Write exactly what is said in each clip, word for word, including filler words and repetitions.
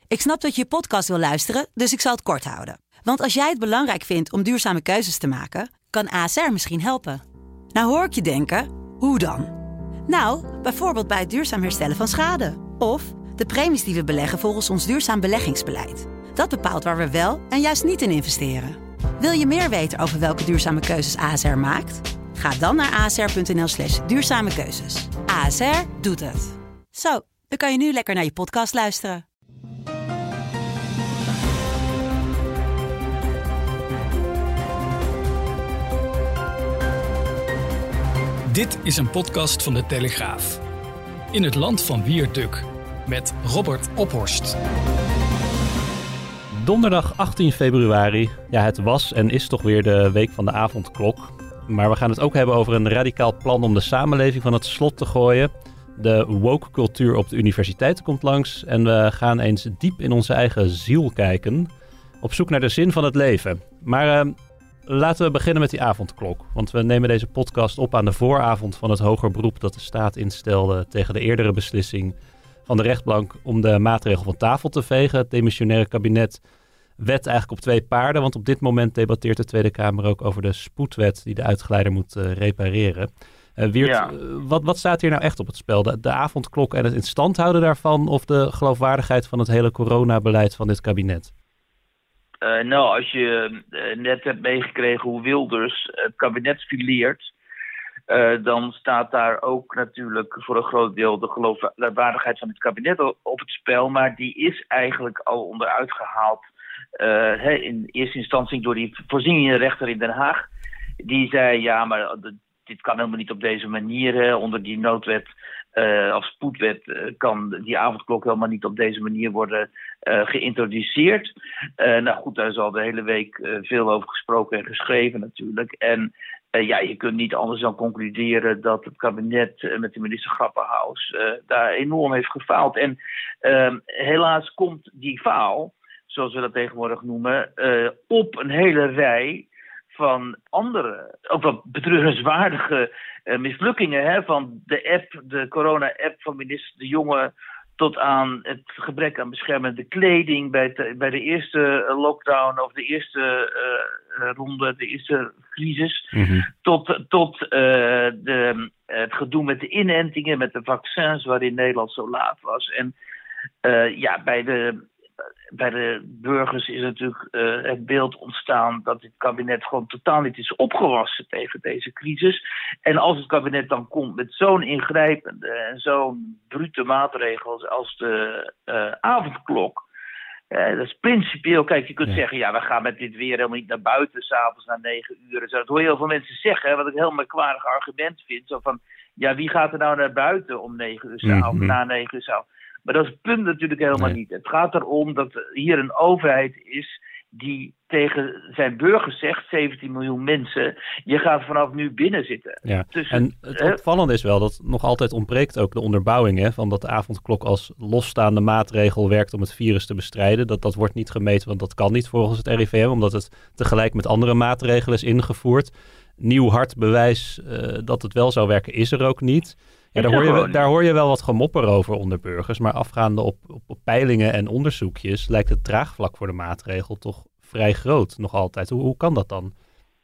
Ik snap dat je je podcast wil luisteren, dus ik zal het kort houden. Want als jij het belangrijk vindt om duurzame keuzes te maken, kan A S R misschien helpen. Nou hoor ik je denken, hoe dan? Nou, bijvoorbeeld bij het duurzaam herstellen van schade. Of de premies die we beleggen volgens ons duurzaam beleggingsbeleid. Dat bepaalt waar we wel en juist niet in investeren. Wil je meer weten over welke duurzame keuzes A S R maakt? Ga dan naar asr.nl slash duurzame keuzes. A S R doet het. Zo, dan kan je nu lekker naar je podcast luisteren. Dit is een podcast van De Telegraaf. In het land van Wierduk met Robert Ophorst. Donderdag achttien februari. Ja, het was en is toch weer de week van de avondklok. Maar we gaan het ook hebben over een radicaal plan om de samenleving van het slot te gooien. De woke cultuur op de universiteiten komt langs. En we gaan eens diep in onze eigen ziel kijken. Op zoek naar de zin van het leven. Maar uh, laten we beginnen met die avondklok. Want we nemen deze podcast op aan de vooravond van het hoger beroep dat de staat instelde tegen de eerdere beslissing van de rechtbank om de maatregel van tafel te vegen. Het demissionaire kabinet wet eigenlijk op twee paarden. Want op dit moment debatteert de Tweede Kamer ook over de spoedwet die de uitgeleider moet uh, repareren. Uh, Wiert, ja. uh, wat, wat staat hier nou echt op het spel? De, de avondklok en het in stand houden daarvan of de geloofwaardigheid van het hele coronabeleid van dit kabinet? Uh, nou, als je uh, net hebt meegekregen hoe Wilders het kabinet fileert, uh, dan staat daar ook natuurlijk voor een groot deel de geloofwaardigheid van het kabinet op het spel. Maar die is eigenlijk al onderuit gehaald. Uh, he, in eerste instantie door die voorzieningenrechter in Den Haag. Die zei, ja, maar dit kan helemaal niet op deze manier. Hè. Onder die noodwet uh, of spoedwet uh, kan die avondklok helemaal niet op deze manier worden uh, geïntroduceerd. Uh, nou goed, daar is al de hele week uh, veel over gesproken en geschreven natuurlijk. En uh, ja, je kunt niet anders dan concluderen dat het kabinet uh, met de minister Grapperhaus uh, daar enorm heeft gefaald. En uh, helaas komt die faal, zoals we dat tegenwoordig noemen, uh, op een hele rij van andere, ook wel betreurenswaardige uh, mislukkingen. Hè? Van de app, de corona-app van minister De Jonge, tot aan het gebrek aan beschermende kleding bij, te, bij de eerste lockdown of de eerste uh, ronde, de eerste crisis. Mm-hmm. Tot, tot uh, de, het gedoe met de inentingen, met de vaccins, waarin Nederland zo laat was. En uh, ja, bij de Bij de burgers is natuurlijk uh, het beeld ontstaan dat dit kabinet gewoon totaal niet is opgewassen tegen deze crisis. En als het kabinet dan komt met zo'n ingrijpende en zo'n brute maatregels als de uh, avondklok. Uh, dat is principieel. Kijk, je kunt ja. zeggen, ja, we gaan met dit weer helemaal niet naar buiten, s'avonds na negen uur. Zo. Dat hoor je heel veel mensen zeggen, wat ik een heel merkwaardig argument vind. Zo van, ja, wie gaat er nou naar buiten om negen uur s'avonds, mm-hmm. na negen uur s'avonds? Maar dat is het punt natuurlijk helemaal nee. niet. Het gaat erom dat hier een overheid is die tegen zijn burgers zegt, zeventien miljoen mensen, je gaat vanaf nu binnen zitten. Ja. Tussen, en het uh, opvallende is wel dat nog altijd ontbreekt ook de onderbouwing, hè, van dat de avondklok als losstaande maatregel werkt om het virus te bestrijden. Dat, dat wordt niet gemeten, want dat kan niet volgens het R I V M, omdat het tegelijk met andere maatregelen is ingevoerd. Nieuw hard bewijs uh, dat het wel zou werken is er ook niet. Ja, daar, hoor je, daar hoor je wel wat gemopper over onder burgers, maar afgaande op, op, op peilingen en onderzoekjes lijkt het draagvlak voor de maatregel toch vrij groot nog altijd. Hoe, hoe kan dat dan?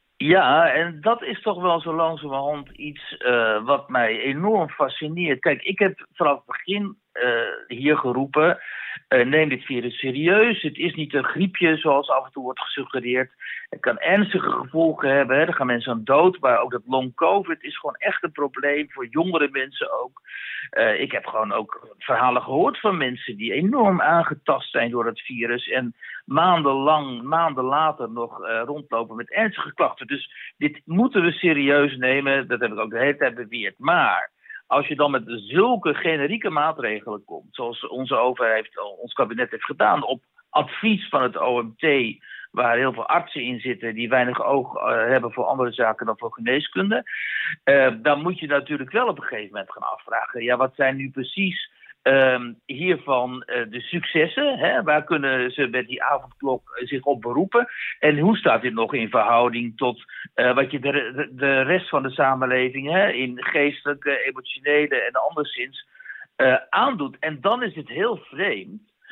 Ja, en dat is toch wel zo langzamerhand iets uh, wat mij enorm fascineert. Kijk, ik heb vanaf het begin uh, hier geroepen, uh, neem dit virus serieus. Het is niet een griepje zoals af en toe wordt gesuggereerd. Het kan ernstige gevolgen hebben. Hè. Er gaan mensen aan dood, maar ook dat long covid is gewoon echt een probleem voor jongere mensen ook. Uh, ik heb gewoon ook verhalen gehoord van mensen die enorm aangetast zijn door het virus en maandenlang, maanden later nog uh, rondlopen met ernstige klachten. Dus dit moeten we serieus nemen. Dat heb ik ook de hele tijd beweerd. Maar als je dan met zulke generieke maatregelen komt, zoals onze overheid, ons kabinet heeft gedaan, op advies van het O M T, waar heel veel artsen in zitten die weinig oog uh, hebben voor andere zaken dan voor geneeskunde, uh, dan moet je natuurlijk wel op een gegeven moment gaan afvragen, ja, wat zijn nu precies Um, hiervan uh, de successen, hè? Waar kunnen ze met die avondklok uh, zich op beroepen? En hoe staat dit nog in verhouding tot uh, wat je de, de, de rest van de samenleving, hè, in geestelijke, emotionele en anderszins uh, aandoet? En dan is het heel vreemd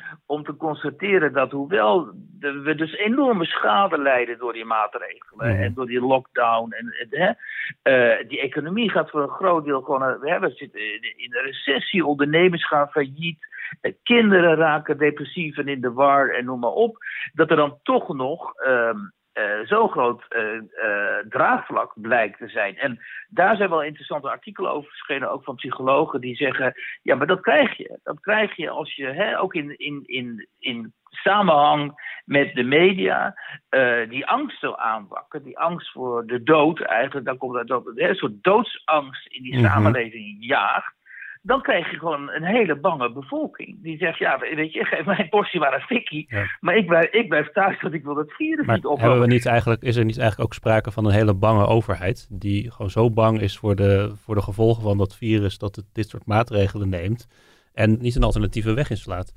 om te constateren dat hoewel de, we dus enorme schade lijden door die maatregelen mm. en door die lockdown en hè, uh, die economie gaat voor een groot deel gewoon, uh, we hebben zitten in een recessie, ondernemers gaan failliet, uh, kinderen raken depressief en in de war en noem maar op, dat er dan toch nog um, Uh, zo'n groot uh, uh, draagvlak blijkt te zijn. En daar zijn wel interessante artikelen over verschenen, ook van psychologen die zeggen, ja, maar dat krijg je. Dat krijg je als je, hè, ook in, in, in, in samenhang met de media, uh, die angst wil aanwakken, die angst voor de dood eigenlijk, dan komt dat een soort doodsangst in die mm-hmm. samenleving jaagt. Dan krijg je gewoon een hele bange bevolking. Die zegt, ja, weet je, geef mij een portie maar een fikkie. Ja. Maar ik blijf, ik blijf thuis, want ik wil dat virus maar niet oplopen. Hebben we niet eigenlijk, is er niet eigenlijk ook sprake van een hele bange overheid, die gewoon zo bang is voor de, voor de gevolgen van dat virus, dat het dit soort maatregelen neemt en niet een alternatieve weg inslaat?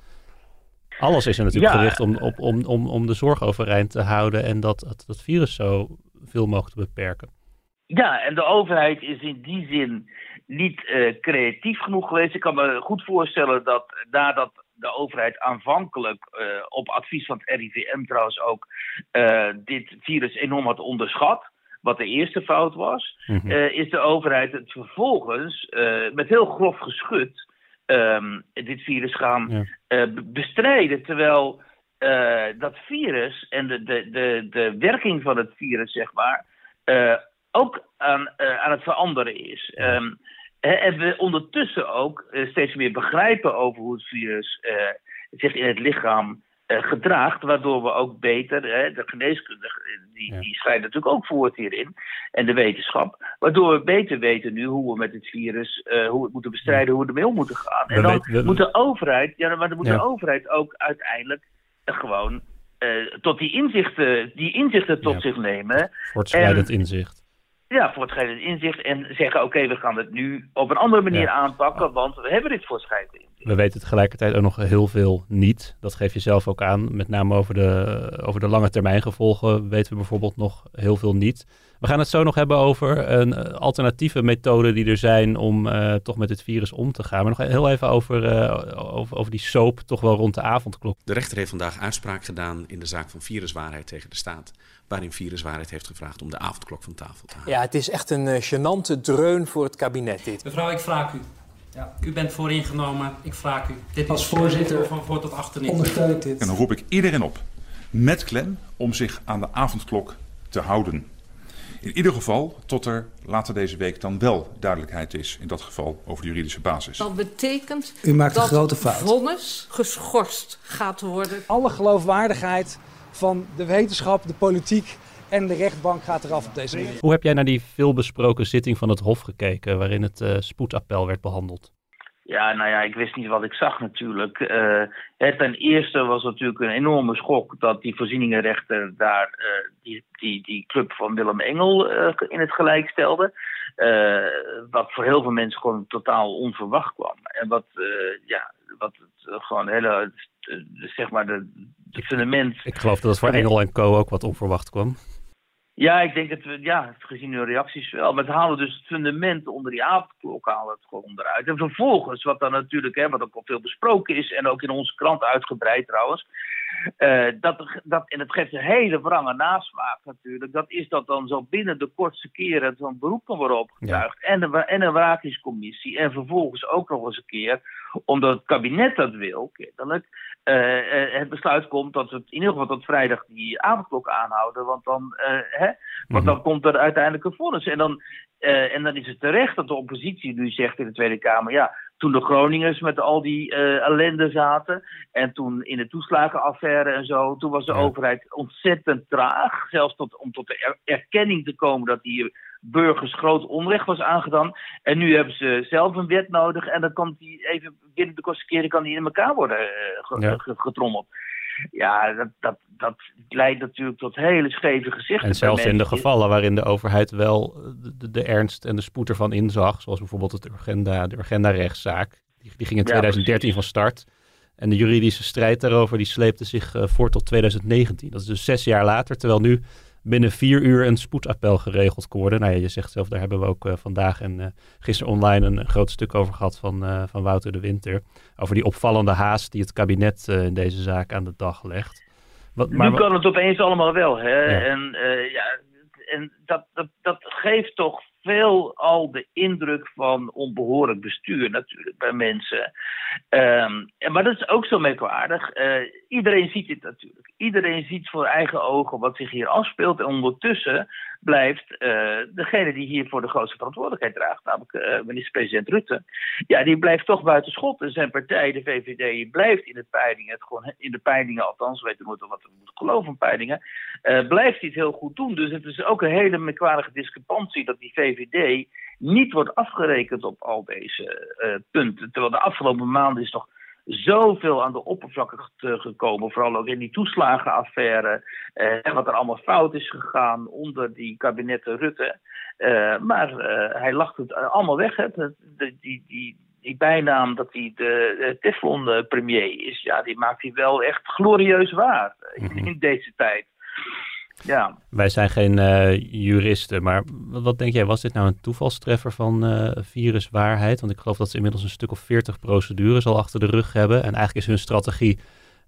Alles is er natuurlijk ja. gericht om, op, om, om, om de zorg overeind te houden en dat, dat, dat virus zo veel mogelijk te beperken. Ja, en de overheid is in die zin niet uh, creatief genoeg geweest. Ik kan me goed voorstellen dat nadat de overheid aanvankelijk, uh, op advies van het R I V M trouwens ook, uh, dit virus enorm had onderschat, wat de eerste fout was, mm-hmm. uh, is de overheid het vervolgens uh, met heel grof geschut um, dit virus gaan ja. uh, bestrijden. Terwijl uh, dat virus en de, de, de, de werking van het virus, zeg maar, uh, ook aan, uh, aan het veranderen is. Um, en we ondertussen ook uh, steeds meer begrijpen over hoe het virus uh, zich in het lichaam uh, gedraagt, waardoor we ook beter, uh, de geneeskunde, die, ja. die schrijft natuurlijk ook voort hierin, en de wetenschap, waardoor we beter weten nu hoe we met het virus, uh, hoe we het moeten bestrijden, ja. hoe we ermee om moeten gaan. We en dan weten, we... moet de overheid, ja, maar dan moet ja. de overheid ook uiteindelijk uh, gewoon uh, tot die inzichten, die inzichten tot ja. zich nemen. Voortschrijdend inzicht. Ja, voortschrijdend inzicht en zeggen, oké, okay, we gaan het nu op een andere manier ja. aanpakken, want we hebben dit voortschrijdend inzicht. We weten tegelijkertijd ook nog heel veel niet. Dat geef je zelf ook aan. Met name over de, over de lange termijn gevolgen weten we bijvoorbeeld nog heel veel niet. We gaan het zo nog hebben over een alternatieve methode die er zijn om uh, toch met het virus om te gaan. Maar nog heel even over, uh, over, over die soap, toch wel rond de avondklok. De rechter heeft vandaag uitspraak gedaan in de zaak van Viruswaarheid tegen de staat, waarin Viruswaarheid heeft gevraagd om de avondklok van tafel te halen. Ja, het is echt een uh, gênante dreun voor het kabinet dit. Mevrouw, ik vraag u. Ja, u bent vooringenomen. Ik vraag u. Dit als voorzitter van voor tot achterin. Ondersteun ik dit. En dan roep ik iedereen op, met klem, om zich aan de avondklok te houden. In ieder geval tot er later deze week dan wel duidelijkheid is, in dat geval over de juridische basis. Dat betekent u maakt een dat grote fout. vonnis geschorst gaat worden. Alle geloofwaardigheid van de wetenschap, de politiek en de rechtbank gaat eraf op deze manier. Hoe heb jij naar die veelbesproken zitting van het Hof gekeken, waarin het uh, spoedappel werd behandeld? Ja, nou ja, ik wist niet wat ik zag natuurlijk. Uh, het ten eerste was natuurlijk een enorme schok dat die voorzieningenrechter daar uh, die, die, die club van Willem Engel uh, in het gelijk stelde. Uh, wat voor heel veel mensen gewoon totaal onverwacht kwam. En wat, uh, ja, wat het, gewoon hele, uh, zeg maar, de, de fundament... Ik geloof dat het voor Engel en co ook wat onverwacht kwam. Ja, ik denk dat we, ja, gezien hun reacties wel. Maar het halen dus het fundament onder die avondklok, halen het gewoon onderuit. En vervolgens, wat dan natuurlijk, hè, wat ook al veel besproken is, en ook in onze krant uitgebreid trouwens, uh, dat, dat, en het geeft een hele wrange nasmaak natuurlijk, dat is dat dan zo binnen de kortste keren zo'n beroep kan worden opgetuigd. Ja. En, een, en een wrakingscommissie. En vervolgens ook nog eens een keer, omdat het kabinet dat wil, kennelijk, uh, uh, het besluit komt dat we in ieder geval tot vrijdag die avondklok aanhouden. Want dan, uh, hè, want mm-hmm. dan komt er uiteindelijk een vonnis. En dan, uh, en dan is het terecht dat de oppositie nu zegt in de Tweede Kamer, ja, toen de Groningers met al die uh, ellende zaten en toen in de toeslagenaffaire en zo, toen was de ja. overheid ontzettend traag, zelfs tot, om tot de er- erkenning te komen dat hier burgers groot onrecht was aangedaan. En nu hebben ze zelf een wet nodig en dan kan die even binnen de kortste keren kan die in elkaar worden uh, ge- ja. ge- getrommeld. Ja, dat, dat, dat leidt natuurlijk tot hele scheve gezichten. En zelfs in de gevallen waarin de overheid wel de, de ernst en de spoed ervan inzag, zoals bijvoorbeeld het Urgenda, de Urgenda-rechtszaak, die, die ging in twintig dertien ja, van start. En de juridische strijd daarover die sleepte zich uh, voor tot twintig negentien. Dat is dus zes jaar later, terwijl nu binnen vier uur een spoedappel geregeld kon worden. Nou ja, je zegt zelf, daar hebben we ook uh, vandaag en uh, gisteren online een groot stuk over gehad van, uh, van Wouter de Winter. Over die opvallende haast die het kabinet uh, in deze zaak aan de dag legt. Wat, maar, nu kan het opeens allemaal wel. Hè? Ja. En, uh, ja, en dat, dat, dat geeft toch veel al de indruk van onbehoorlijk bestuur natuurlijk bij mensen. Um, maar dat is ook zo merkwaardig. Uh, iedereen ziet dit natuurlijk. Iedereen ziet voor eigen ogen wat zich hier afspeelt. En ondertussen blijft uh, degene die hier voor de grootste verantwoordelijkheid draagt, namelijk uh, minister-president Rutte, ja, die blijft toch buiten schot. En zijn partij, de V V D, blijft in de peilingen, het gewoon in de peilingen, althans, we weten nooit wat we moeten geloven van peilingen, uh, blijft hij het heel goed doen. Dus het is ook een hele merkwaardige discrepantie dat die V V D niet wordt afgerekend op al deze uh, punten. Terwijl de afgelopen maanden is toch zoveel aan de oppervlakte gekomen, vooral ook in die toeslagenaffaire, eh, wat er allemaal fout is gegaan onder die kabinetten Rutte. Uh, maar uh, hij lacht het allemaal weg. Hè. De, de, die, die, die bijnaam dat hij de, de Teflon-premier is, ja, die maakt hij wel echt glorieus waar in, in deze tijd. Ja. Wij zijn geen uh, juristen, maar wat denk jij, was dit nou een toevalstreffer van uh, viruswaarheid? Want ik geloof dat ze inmiddels een stuk of veertig procedures al achter de rug hebben. En eigenlijk is hun strategie,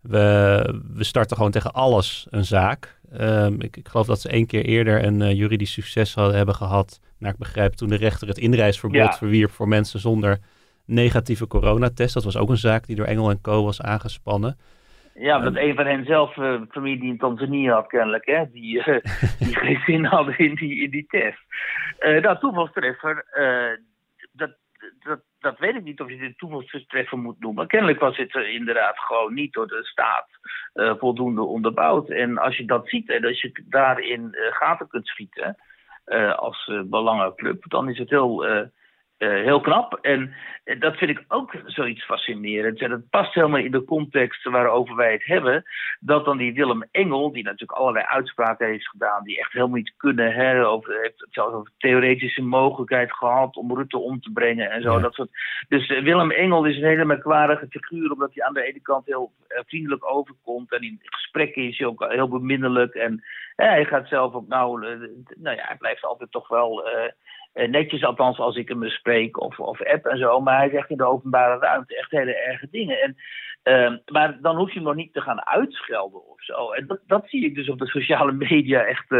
we, we starten gewoon tegen alles een zaak. Um, ik, ik geloof dat ze één keer eerder een uh, juridisch succes hadden, hebben gehad, naar ik begrijp, toen de rechter het inreisverbod ja. verwierp voor mensen zonder negatieve coronatest. Dat was ook een zaak die door Engel en Co. was aangespannen. Ja, dat um, een van hen zelf uh, familie in Tanzania had kennelijk, hè, die, uh, die geen zin hadden in die, in die test. Uh, nou, toevalstreffer, uh, dat, dat, dat weet ik niet of je dit toevalstreffer moet noemen. Kennelijk was het uh, inderdaad gewoon niet door de staat uh, voldoende onderbouwd. En als je dat ziet en als je daarin uh, gaten kunt schieten uh, als uh, belangenclub, dan is het heel... Uh, Uh, heel knap. En uh, dat vind ik ook zoiets fascinerends. En dat past helemaal in de context waarover wij het hebben. Dat dan die Willem Engel, die natuurlijk allerlei uitspraken heeft gedaan, die echt helemaal niet kunnen, hè, over, heeft zelfs over theoretische mogelijkheid gehad om Rutte om te brengen en zo. Ja. Dat soort. Dus uh, Willem Engel is een hele merkwaardige figuur, omdat hij aan de ene kant heel uh, vriendelijk overkomt. En in gesprekken is hij ook heel beminnelijk. En uh, hij gaat zelf ook nou, uh, nou ja, hij blijft altijd toch wel... Uh, Uh, netjes, althans als ik hem bespreek of, of app en zo. Maar hij zegt in de openbare ruimte echt hele erge dingen. En, uh, maar dan hoef je hem nog niet te gaan uitschelden of zo. En dat, dat zie ik dus op de sociale media echt uh,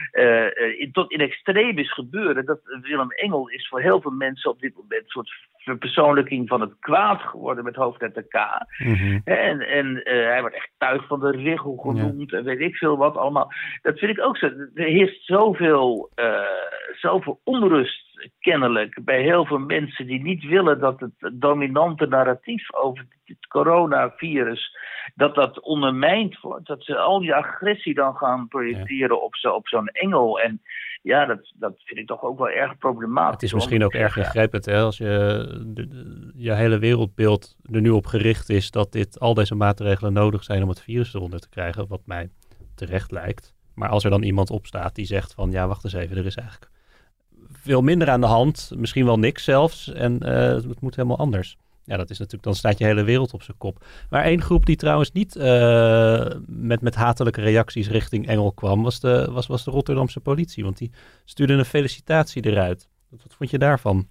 uh, in, tot in extremis gebeuren. Dat Willem Engel is voor heel veel mensen op dit moment een soort verpersoonlijking van het kwaad geworden met hoofdletter K. Mm-hmm. En, en uh, hij wordt echt tuig van de richel genoemd ja. en weet ik veel wat allemaal. Dat vind ik ook zo. Er heerst zoveel, uh, zoveel onrust kennelijk bij heel veel mensen die niet willen dat het dominante narratief over het coronavirus, dat dat ondermijnd wordt. Dat ze al die agressie dan gaan projecteren ja. op, zo, op zo'n engel. En ja, dat, dat vind ik toch ook wel erg problematisch. Het is misschien ook erg ingrijpend, hè, als je de, de, je hele wereldbeeld er nu op gericht is dat dit, al deze maatregelen nodig zijn om het virus eronder te krijgen, wat mij terecht lijkt. Maar als er dan iemand opstaat die zegt van, ja, wacht eens even, er is eigenlijk veel minder aan de hand, misschien wel niks zelfs, en uh, het moet helemaal anders. Ja, dat is natuurlijk, dan staat je hele wereld op zijn kop. Maar één groep die trouwens niet uh, met, met hatelijke reacties richting Engel kwam, was de, was, was de Rotterdamse politie. Want die stuurde een felicitatie eruit. Wat, wat vond je daarvan?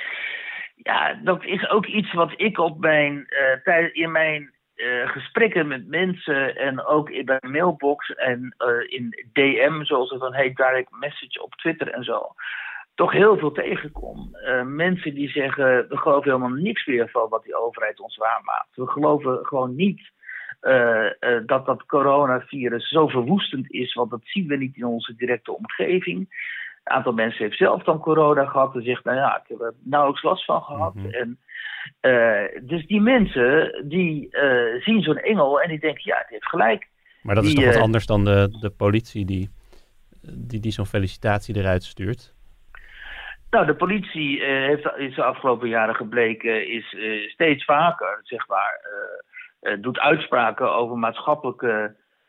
Ja, dat is ook iets wat ik op mijn, uh, tij- in mijn uh, gesprekken met mensen en ook in mijn mailbox en uh, in D M, zoals het dan heet, direct message op Twitter en zo, toch heel veel tegenkom. Uh, mensen die zeggen, we geloven helemaal niks meer van wat die overheid ons waarmaakt. We geloven gewoon niet uh, uh, dat dat coronavirus zo verwoestend is, want dat zien we niet in onze directe omgeving. Een aantal mensen heeft zelf dan corona gehad en zegt, nou ja, ik heb er nauwelijks last van gehad. Mm-hmm. En, uh, dus die mensen, die uh, zien zo'n engel en die denken, ja, het heeft gelijk. Maar dat die, is toch wat uh, anders dan de, de politie die, die, die zo'n felicitatie eruit stuurt? Nou, de politie uh, heeft is de afgelopen jaren gebleken, is uh, steeds vaker, zeg maar, uh, uh, doet uitspraken over maatschappelijke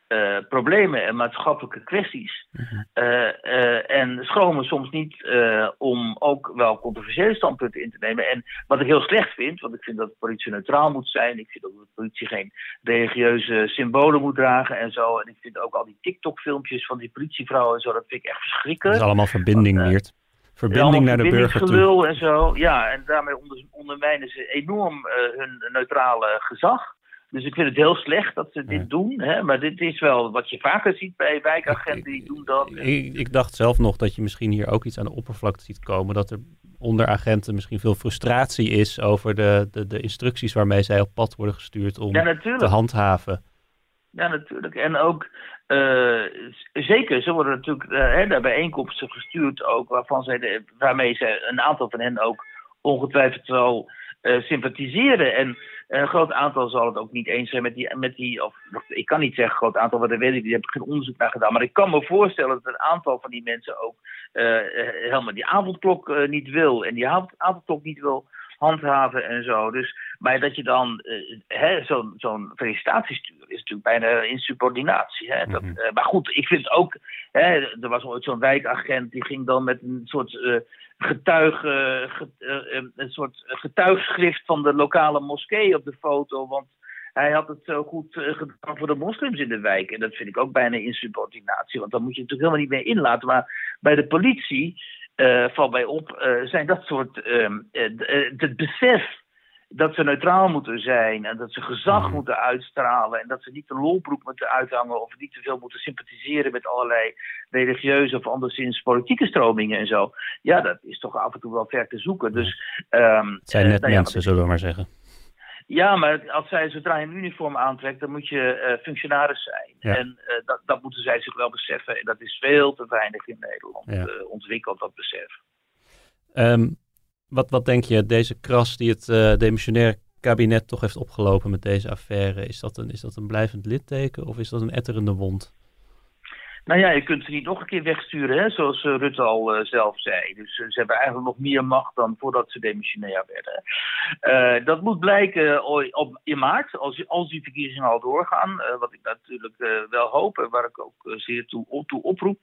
uh, problemen en maatschappelijke kwesties. Uh, uh, en schromen soms niet uh, om ook wel controversiële standpunten in te nemen. En wat ik heel slecht vind, want ik vind dat de politie neutraal moet zijn. Ik vind dat de politie geen religieuze symbolen moet dragen en zo. En ik vind ook al die TikTok-filmpjes van die politievrouwen en zo, dat vind ik echt verschrikkelijk. Dat is allemaal verbinding, Want, uh, Wiert. Verbinding naar de burger toe. En zo. Ja, en daarmee onder, ondermijnen ze enorm uh, hun neutrale gezag. Dus ik vind het heel slecht dat ze dit ja. doen. Hè? Maar dit is wel wat je vaker ziet bij wijkagenten, die doen dat. Ik, ik dacht zelf nog dat je misschien hier ook iets aan de oppervlakte ziet komen. Dat er onder agenten misschien veel frustratie is over de, de, de instructies waarmee zij op pad worden gestuurd om ja, te handhaven. Ja, natuurlijk. En ook, uh, zeker, ze worden natuurlijk uh, hè, naar bijeenkomsten gestuurd ook, waarvan zij de, waarmee ze een aantal van hen ook ongetwijfeld zal uh, sympathiseren. En een groot aantal zal het ook niet eens zijn met die, met die of ik kan niet zeggen groot aantal, want daar weet ik, die heb ik geen onderzoek naar gedaan. Maar ik kan me voorstellen dat een aantal van die mensen ook uh, helemaal die avondklok uh, niet wil. En die avond, avondklok niet wil handhaven en zo. Dus, maar dat je dan uh, hè, zo'n, zo'n felicitatie stuurt is natuurlijk bijna insubordinatie. Hè? Dat, uh, maar goed, ik vind ook, hè, er was ooit zo'n wijkagent die ging dan met een soort uh, getuige, get, uh, een soort getuigschrift van de lokale moskee op de foto, want hij had het zo goed uh, gedaan voor de moslims in de wijk. En dat vind ik ook bijna insubordinatie, want dan moet je het natuurlijk helemaal niet meer inlaten. Maar bij de politie Uh, valt mij op, uh, zijn dat soort, um, uh, uh, het besef dat ze neutraal moeten zijn en dat ze gezag moeten uitstralen en dat ze niet de lolbroek moeten uithangen of niet te veel moeten sympathiseren met allerlei religieuze of anderszins politieke stromingen en zo. Ja, dat is toch af en toe wel ver te zoeken. Dus, um, het zijn net uh, nou mensen, ja, zullen we maar zeggen. Ja, maar als zij zodra je een uniform aantrekt, dan moet je uh, functionaris zijn. Ja. En uh, dat, dat moeten zij zich wel beseffen. En dat is veel te weinig in Nederland ja. uh, ontwikkeld, dat besef. Um, wat, wat denk je, deze kras die het uh, demissionair kabinet toch heeft opgelopen met deze affaire, is dat een, is dat een blijvend litteken of is dat een etterende wond? Nou ja, je kunt ze niet nog een keer wegsturen, hè, zoals uh, Rutte al uh, zelf zei. Dus uh, ze hebben eigenlijk nog meer macht dan voordat ze demissionair werden. Uh, dat moet blijken op, in maart, als, als die verkiezingen al doorgaan. Uh, wat ik natuurlijk uh, wel hoop en waar ik ook uh, zeer toe, toe oproep.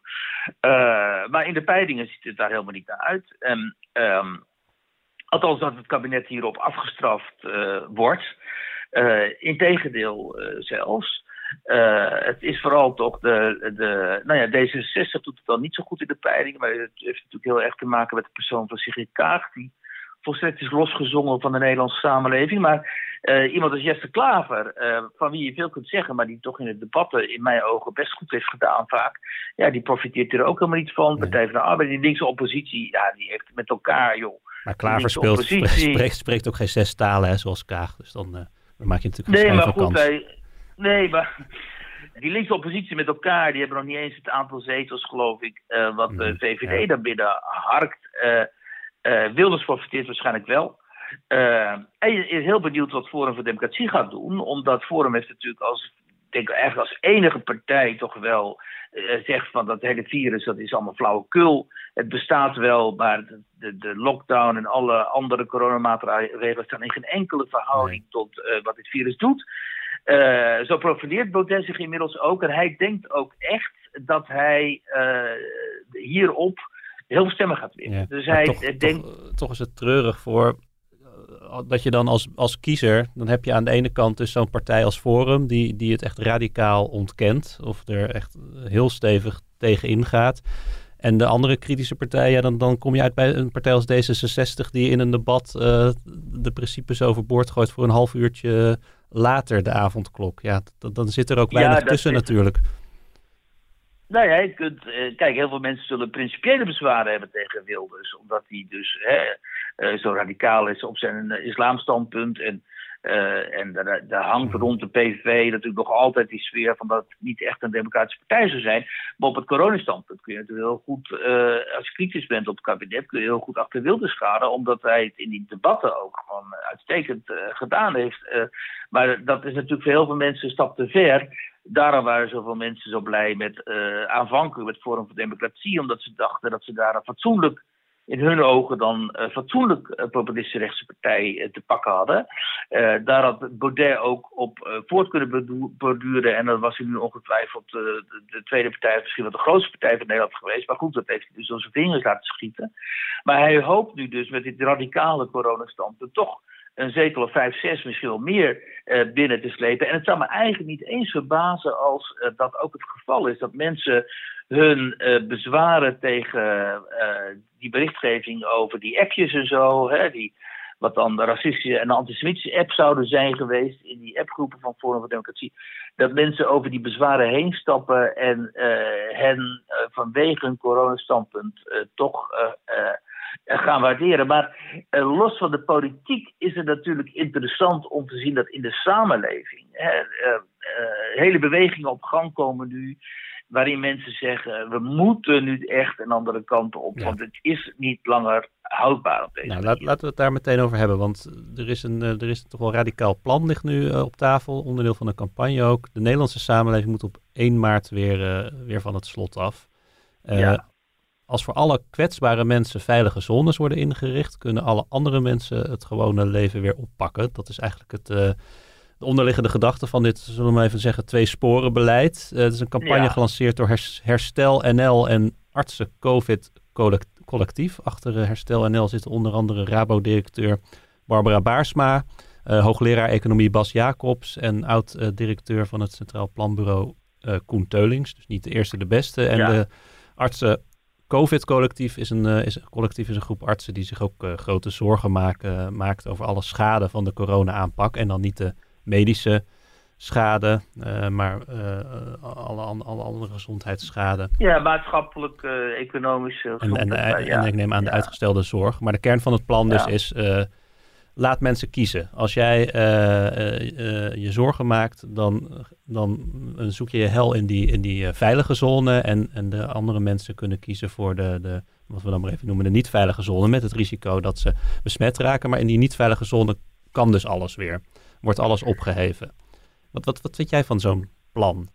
Uh, maar in de peilingen ziet het daar helemaal niet naar uit. En, um, althans dat het kabinet hierop afgestraft uh, wordt. Uh, integendeel uh, zelfs. Uh, het is vooral toch de, de... Nou ja, D zesenzestig doet het dan niet zo goed in de peiling, maar het heeft natuurlijk heel erg te maken met de persoon van Sigrid Kaag, die volstrekt is losgezongen van de Nederlandse samenleving. Maar uh, iemand als Jesse Klaver, uh, van wie je veel kunt zeggen, maar die toch in de debatten in mijn ogen best goed heeft gedaan vaak, ja, die profiteert er ook helemaal niet van. Nee. Partij van de Arbeid, die linkse oppositie, ja, die heeft met elkaar, joh. Maar Klaver speelt, spreekt, spreekt ook geen zes talen, hè, zoals Kaag, dus dan, uh, dan maak je natuurlijk geen nee, maar goed, kans. Hij, Nee, maar die linkse oppositie met elkaar, die hebben nog niet eens het aantal zetels, geloof ik, uh, wat de V V D ja. daar binnen harkt. Uh, uh, Wilders profiteert waarschijnlijk wel. Uh, en je is heel benieuwd wat Forum voor Democratie gaat doen, omdat Forum heeft natuurlijk als, denk ik eigenlijk als enige partij toch wel uh, zegt van dat hele virus, dat is allemaal flauwekul. Het bestaat wel, maar de, de, de lockdown en alle andere coronamaatregelen staan in geen enkele verhouding nee. tot uh, wat dit virus doet. Uh, zo profileert Baudet zich inmiddels ook. En hij denkt ook echt dat hij uh, hierop heel veel stemmen gaat winnen. Ja, dus hij toch, denkt... toch, toch is het treurig voor uh, dat je dan als, als kiezer, dan heb je aan de ene kant dus zo'n partij als Forum die, die het echt radicaal ontkent of er echt heel stevig tegen ingaat. En de andere kritische partij, ja, dan, dan kom je uit bij een partij als D zesenzestig die in een debat uh, de principes overboord gooit voor een half uurtje later de avondklok. Ja, d- dan zit er ook weinig ja, tussen is... natuurlijk. Nou ja, je kunt, uh, kijk, heel veel mensen zullen principiële bezwaren hebben tegen Wilders, omdat hij dus hè, uh, zo radicaal is op zijn uh, islamstandpunt en Uh, en daar, daar hangt rond de P V V natuurlijk nog altijd die sfeer van dat het niet echt een democratische partij zou zijn. Maar op het coronastandpunt kun je natuurlijk heel goed, uh, als je kritisch bent op het kabinet, kun je heel goed achter Wilders scharen, omdat hij het in die debatten ook gewoon uitstekend uh, gedaan heeft. Uh, maar dat is natuurlijk voor heel veel mensen een stap te ver. Daarom waren zoveel mensen zo blij met uh, aanvankelijk met Forum voor Democratie, omdat ze dachten dat ze daar een fatsoenlijk in hun ogen dan uh, fatsoenlijk uh, populistische rechtse partij uh, te pakken hadden. Uh, daar had Baudet ook op uh, voort kunnen borduren. En dat was hij nu ongetwijfeld uh, de, de tweede partij, misschien wel de grootste partij van Nederland geweest. Maar goed, dat heeft hij dus door zijn vingers laten schieten. Maar hij hoopt nu dus met dit radicale coronastandpunt toch een zetel of vijf, zes, misschien wel meer uh, binnen te slepen. En het zou me eigenlijk niet eens verbazen als uh, dat ook het geval is. Dat mensen hun uh, bezwaren tegen uh, die berichtgeving over die appjes en zo, hè, die, wat dan de racistische en de antisemitische app zouden zijn geweest in die appgroepen van Forum voor Democratie, dat mensen over die bezwaren heen stappen en uh, hen uh, vanwege hun coronastandpunt uh, toch uh, uh, gaan waarderen. Maar uh, los van de politiek is het natuurlijk interessant om te zien dat in de samenleving hè, uh, uh, hele bewegingen op gang komen nu, waarin mensen zeggen, we moeten nu echt een andere kant op, ja. Want het is niet langer houdbaar op deze nou, manier. laat, laten we het daar meteen over hebben, want er is een, er is een toch wel radicaal plan ligt nu uh, op tafel, onderdeel van de campagne ook. De Nederlandse samenleving moet op één maart weer, uh, weer van het slot af. Uh, ja. Als voor alle kwetsbare mensen veilige zones worden ingericht, kunnen alle andere mensen het gewone leven weer oppakken. Dat is eigenlijk het... Uh, De onderliggende gedachte van dit, zullen we maar even zeggen, twee sporen beleid. Uh, het is een campagne ja. gelanceerd door Herstel N L en Artsen COVID Collectief. Achter uh, Herstel N L zitten onder andere Rabo-directeur Barbara Baarsma, uh, hoogleraar economie Bas Jacobs en oud-directeur van het Centraal Planbureau uh, Koen Teulings. Dus niet de eerste, de beste. En ja. de Artsen COVID Collectief is een, uh, is, collectief is een groep artsen die zich ook uh, grote zorgen maken, maakt over alle schade van de corona-aanpak. En dan niet de medische schade, uh, maar uh, alle, alle andere gezondheidsschade. Ja, maatschappelijk, uh, economisch. Uh, en, en, en, ja. en ik neem aan de ja. uitgestelde zorg. Maar de kern van het plan dus ja. is, uh, laat mensen kiezen. Als jij uh, uh, uh, je zorgen maakt, dan, dan zoek je je hel in die, in die uh, veilige zone. En, en de andere mensen kunnen kiezen voor de, de, wat we dan maar even noemen, de niet veilige zone. Met het risico dat ze besmet raken. Maar in die niet veilige zone kan dus alles weer. Wordt alles opgeheven. Wat, wat, wat vind jij van zo'n plan?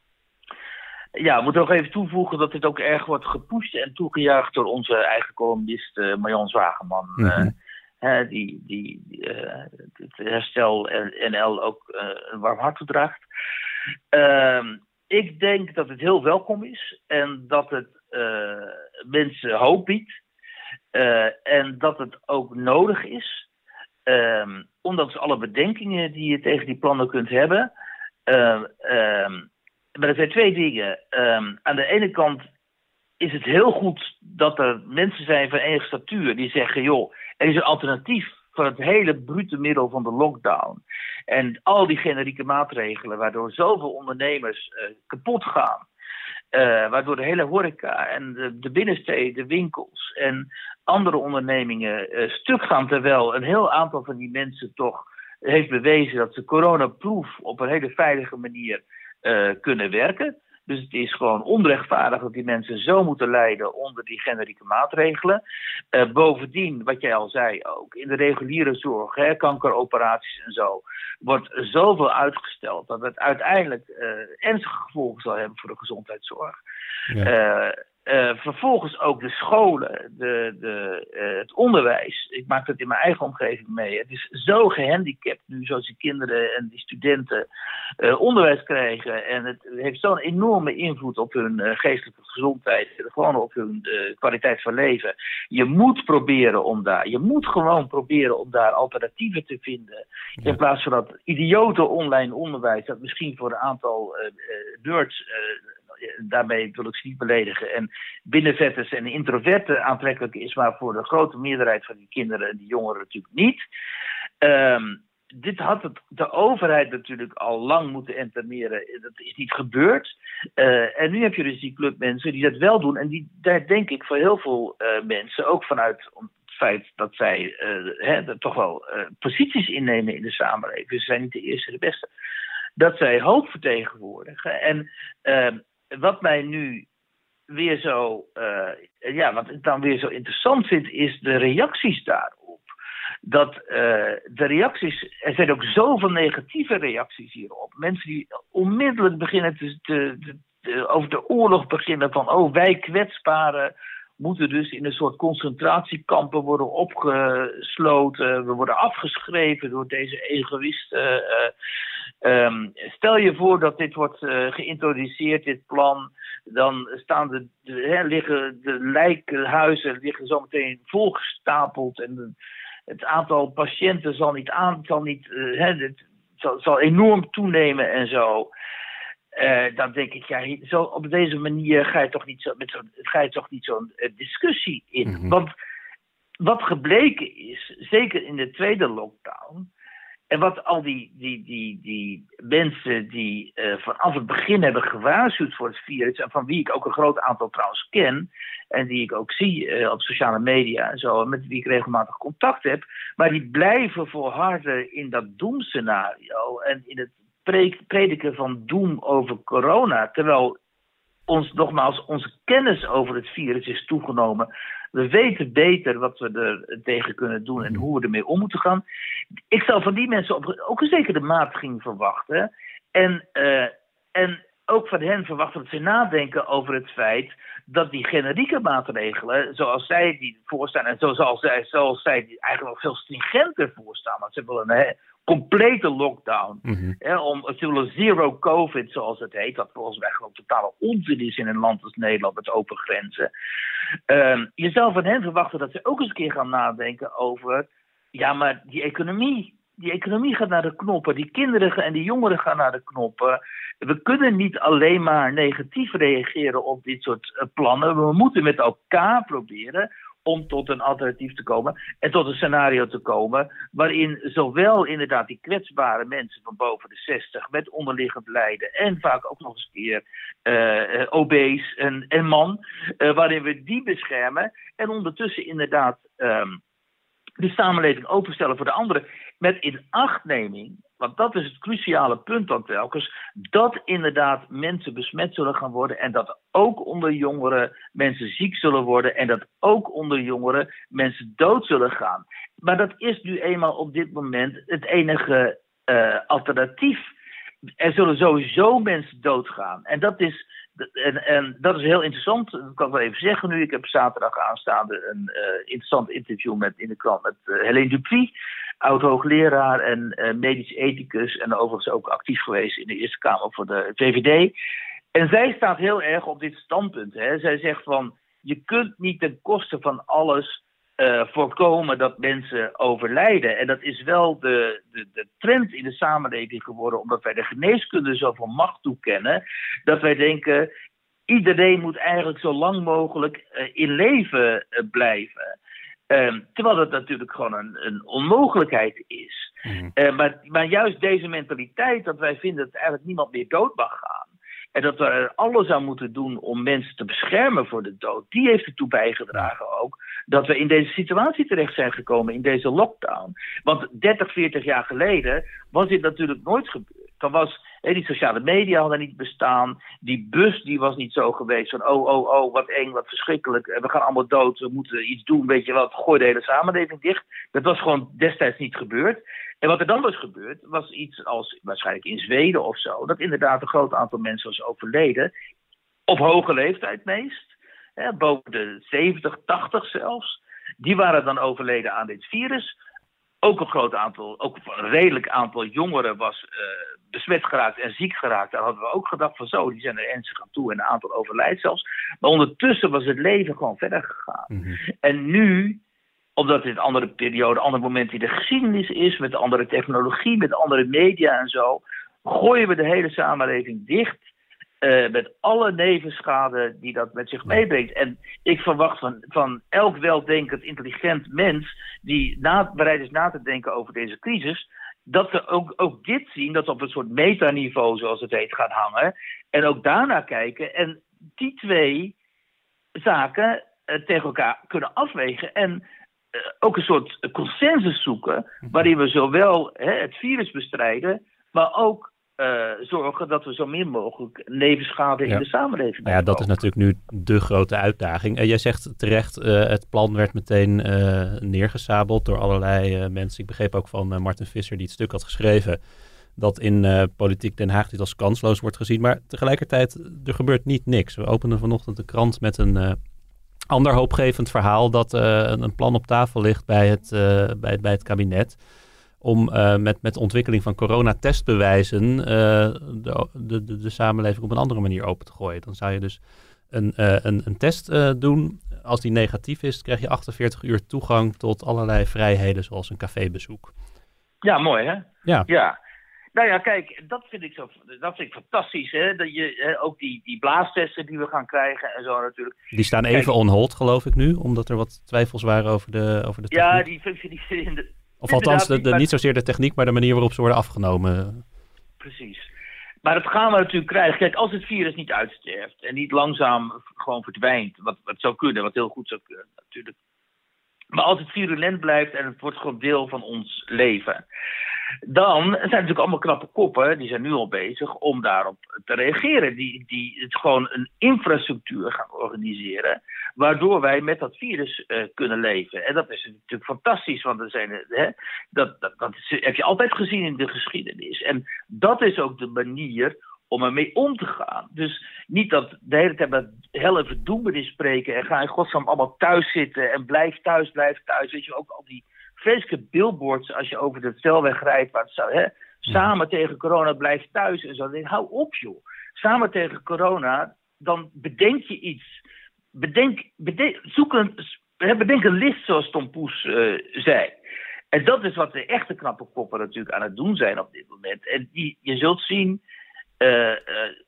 Ja, ik moet nog even toevoegen dat dit ook erg wordt gepusht en toegejuicht door onze eigen columnist uh, Marjan Zwageman. Mm-hmm. Uh, hè, die die uh, het Herstel N L ook uh, een warm hart toedraagt. Uh, ik denk dat het heel welkom is en dat het uh, mensen hoop biedt. Uh, en dat het ook nodig is. Um, ondanks alle bedenkingen die je tegen die plannen kunt hebben. Uh, um, maar er zijn twee dingen. Um, aan de ene kant is het heel goed dat er mensen zijn van enige statuur die zeggen, joh, er is een alternatief voor het hele brute middel van de lockdown. En al die generieke maatregelen waardoor zoveel ondernemers uh, kapot gaan. Uh, waardoor de hele horeca en de, de binnensteden, de winkels en andere ondernemingen uh, stuk gaan. Terwijl een heel aantal van die mensen toch heeft bewezen dat ze coronaproof op een hele veilige manier uh, kunnen werken. Dus het is gewoon onrechtvaardig dat die mensen zo moeten lijden onder die generieke maatregelen. Uh, bovendien, wat jij al zei ook, in de reguliere zorg, hè, kankeroperaties en zo, wordt zoveel uitgesteld dat het uiteindelijk uh, ernstige gevolgen zal hebben voor de gezondheidszorg. Ja. Uh, Uh, vervolgens ook de scholen, de, de, uh, het onderwijs. Ik maak dat in mijn eigen omgeving mee. Het is zo gehandicapt nu, zoals die kinderen en die studenten uh, onderwijs krijgen. En het heeft zo'n enorme invloed op hun uh, geestelijke gezondheid. Gewoon op hun uh, kwaliteit van leven. Je moet proberen om daar, je moet gewoon proberen om daar alternatieven te vinden. Ja. In plaats van dat idiote online onderwijs, dat misschien voor een aantal uh, uh, nerds... Uh, daarmee wil ik ze niet beledigen. En binnenvetters en introverten aantrekkelijk is, maar voor de grote meerderheid van die kinderen en die jongeren natuurlijk niet. Um, dit had het, de overheid natuurlijk al lang moeten entameren. Dat is niet gebeurd. Uh, en nu heb je dus die club mensen die dat wel doen. En die, daar denk ik voor heel veel uh, mensen, ook vanuit het feit dat zij uh, hè, toch wel uh, posities innemen in de samenleving. Dus ze zijn niet de eerste de beste. Dat zij hoop vertegenwoordigen. En uh, wat mij nu weer zo, uh, ja, wat ik dan weer zo interessant vind, is de reacties daarop. Dat uh, de reacties, er zijn ook zoveel negatieve reacties hierop. Mensen die onmiddellijk beginnen te, te, te, te, over de oorlog beginnen van, oh, wij kwetsbaren moeten dus in een soort concentratiekampen worden opgesloten. We worden afgeschreven door deze egoïsten. Uh, um, stel je voor dat dit wordt uh, geïntroduceerd, dit plan. Dan staan de, de, hè, liggen de lijkhuizen liggen zometeen volgestapeld. En de, het aantal patiënten zal niet aan, zal niet, uh, hè, het zal, zal enorm toenemen en zo. Uh, dan denk ik, ja, zo, op deze manier ga je toch niet zo, met zo, ga je toch niet zo'n uh, discussie in. Mm-hmm. Want wat gebleken is, zeker in de tweede lockdown, en wat al die, die, die, die mensen die uh, vanaf het begin hebben gewaarschuwd voor het virus, en van wie ik ook een groot aantal trouwens ken, en die ik ook zie uh, op sociale media en zo, met wie ik regelmatig contact heb, maar die blijven volharden in dat doemscenario en in het prediken van doem over corona, terwijl ons nogmaals onze kennis over het virus is toegenomen. We weten beter wat we er tegen kunnen doen en hoe we ermee om moeten gaan. Ik zou van die mensen op, ook een zekere matiging verwachten. En, uh, en ook van hen verwachten dat ze nadenken over het feit dat die generieke maatregelen, zoals zij die voorstaan en zoals zij, zoals zij die eigenlijk nog veel stringenter voorstaan, want ze willen een complete lockdown. Mm-hmm. Hè, om ze willen zero covid, zoals het heet, dat volgens mij gewoon totale onzin is in een land als Nederland met open grenzen. Uh, je zou van hen verwachten dat ze ook eens een keer gaan nadenken over, ja, maar die economie, die economie gaat naar de knoppen, die kinderen en die jongeren gaan naar de knoppen. We kunnen niet alleen maar negatief reageren op dit soort uh, plannen. We moeten met elkaar proberen om tot een alternatief te komen en tot een scenario te komen waarin zowel inderdaad die kwetsbare mensen van boven de zestig met onderliggend lijden en vaak ook nog eens een keer uh, obese en, en man, uh, waarin we die beschermen en ondertussen inderdaad um, de samenleving openstellen voor de anderen met inachtneming, want dat is het cruciale punt dan telkens, dat inderdaad mensen besmet zullen gaan worden en dat ook onder jongeren mensen ziek zullen worden en dat ook onder jongeren mensen dood zullen gaan. Maar dat is nu eenmaal op dit moment het enige uh, alternatief. Er zullen sowieso mensen doodgaan. En dat is, en, en dat is heel interessant, dat kan ik wel even zeggen nu. Ik heb zaterdag aanstaande een uh, interessant interview met, in de krant met uh, Helene Dupuy, oud-hoogleraar en uh, medisch ethicus en overigens ook actief geweest in de Eerste Kamer voor de V V D. En zij staat heel erg op dit standpunt. Hè. Zij zegt van, je kunt niet ten koste van alles uh, voorkomen dat mensen overlijden. En dat is wel de, de, de trend in de samenleving geworden, omdat wij de geneeskunde zoveel macht toekennen, dat wij denken, iedereen moet eigenlijk zo lang mogelijk uh, in leven uh, blijven. Um, terwijl dat natuurlijk gewoon een, een onmogelijkheid is. Mm. Uh, maar, maar juist deze mentaliteit dat wij vinden dat eigenlijk niemand meer dood mag gaan. En dat we er alles aan moeten doen om mensen te beschermen voor de dood. Die heeft ertoe bijgedragen ook dat we in deze situatie terecht zijn gekomen, in deze lockdown. Want dertig, veertig jaar geleden was dit natuurlijk nooit gebeurd. Dan was, hé, die sociale media hadden niet bestaan. Die bus die was niet zo geweest van oh, oh, oh, wat eng, wat verschrikkelijk. We gaan allemaal dood, we moeten iets doen, weet je wel. Gooi de hele samenleving dicht. Dat was gewoon destijds niet gebeurd. En wat er dan was gebeurd, was iets als, waarschijnlijk in Zweden of zo, dat inderdaad een groot aantal mensen was overleden. Op hoge leeftijd meest. Hè, boven de zeventig, tachtig zelfs. Die waren dan overleden aan dit virus. Ook een groot aantal, ook een redelijk aantal jongeren was uh, besmet geraakt en ziek geraakt. Daar hadden we ook gedacht van zo, die zijn er ernstig aan toe en een aantal overlijdt zelfs. Maar ondertussen was het leven gewoon verder gegaan. Mm-hmm. En nu, omdat dit een andere periode, een ander moment in de geschiedenis is, met andere technologie, met andere media en zo, gooien we de hele samenleving dicht. Uh, met alle nevenschade die dat met zich meebrengt. En ik verwacht van, van elk weldenkend, intelligent mens die na, bereid is na te denken over deze crisis, dat ze ook, ook dit zien, dat ze op een soort metaniveau, zoals het heet, gaan hangen. En ook daarna kijken en die twee zaken uh, tegen elkaar kunnen afwegen. En uh, ook een soort consensus zoeken, waarin we zowel hè, het virus bestrijden, maar ook Uh, zorgen dat we zo min mogelijk nevenschade ja. in de samenleving nou ja, dat is natuurlijk nu de grote uitdaging. Uh, jij zegt terecht, uh, het plan werd meteen uh, neergesabeld door allerlei uh, mensen. Ik begreep ook van uh, Martin Visser, die het stuk had geschreven, dat in uh, Politiek Den Haag dit als kansloos wordt gezien. Maar tegelijkertijd, er gebeurt niet niks. We openden vanochtend de krant met een uh, Ander hoopgevend verhaal dat uh, een plan op tafel ligt bij het, uh, bij, bij het kabinet om uh, met, met de ontwikkeling van coronatestbewijzen uh, de, de, de, de samenleving op een andere manier open te gooien. Dan zou je dus een, uh, een, een test uh, doen. Als die negatief is, krijg je achtenveertig uur toegang tot allerlei vrijheden, zoals een cafébezoek. Ja, mooi hè? Ja. ja. Nou ja, kijk, dat vind ik, zo, dat vind ik fantastisch. Hè? Dat je, hè, ook die, die blaastesten die we gaan krijgen en zo natuurlijk. Die staan even kijk, on hold, geloof ik nu, omdat er wat twijfels waren over de, over de techniek. Ja, die functie die in de... Of althans, de, de, niet zozeer de techniek, maar de manier waarop ze worden afgenomen. Precies. Maar dat gaan we natuurlijk krijgen. Kijk, als het virus niet uitsterft en niet langzaam gewoon verdwijnt, wat, wat zou kunnen, wat heel goed zou kunnen natuurlijk. Maar als het virulent blijft en het wordt gewoon deel van ons leven, dan zijn er natuurlijk allemaal knappe koppen, die zijn nu al bezig om daarop te reageren. Die, die het gewoon een infrastructuur gaan organiseren, waardoor wij met dat virus uh, kunnen leven. En dat is natuurlijk fantastisch, want er zijn, hè, dat, dat, dat heb je altijd gezien in de geschiedenis. En dat is ook de manier om ermee om te gaan. Dus niet dat de hele tijd met hel en verdoemenis spreken en ga in godsnaam allemaal thuis zitten en blijf thuis, blijf thuis. Weet je, ook al die vreselijke billboards als je over de snelweg rijdt, waar het zou, hè, samen tegen corona, blijf thuis en zo. Dan denk ik, hou op joh. Samen tegen corona, dan bedenk je iets. Bedenk, bedenk, zoek een, bedenk een list, zoals Tom Poes uh, zei. En dat is wat de echte knappe koppen natuurlijk aan het doen zijn op dit moment. En die, je zult zien, uh, uh,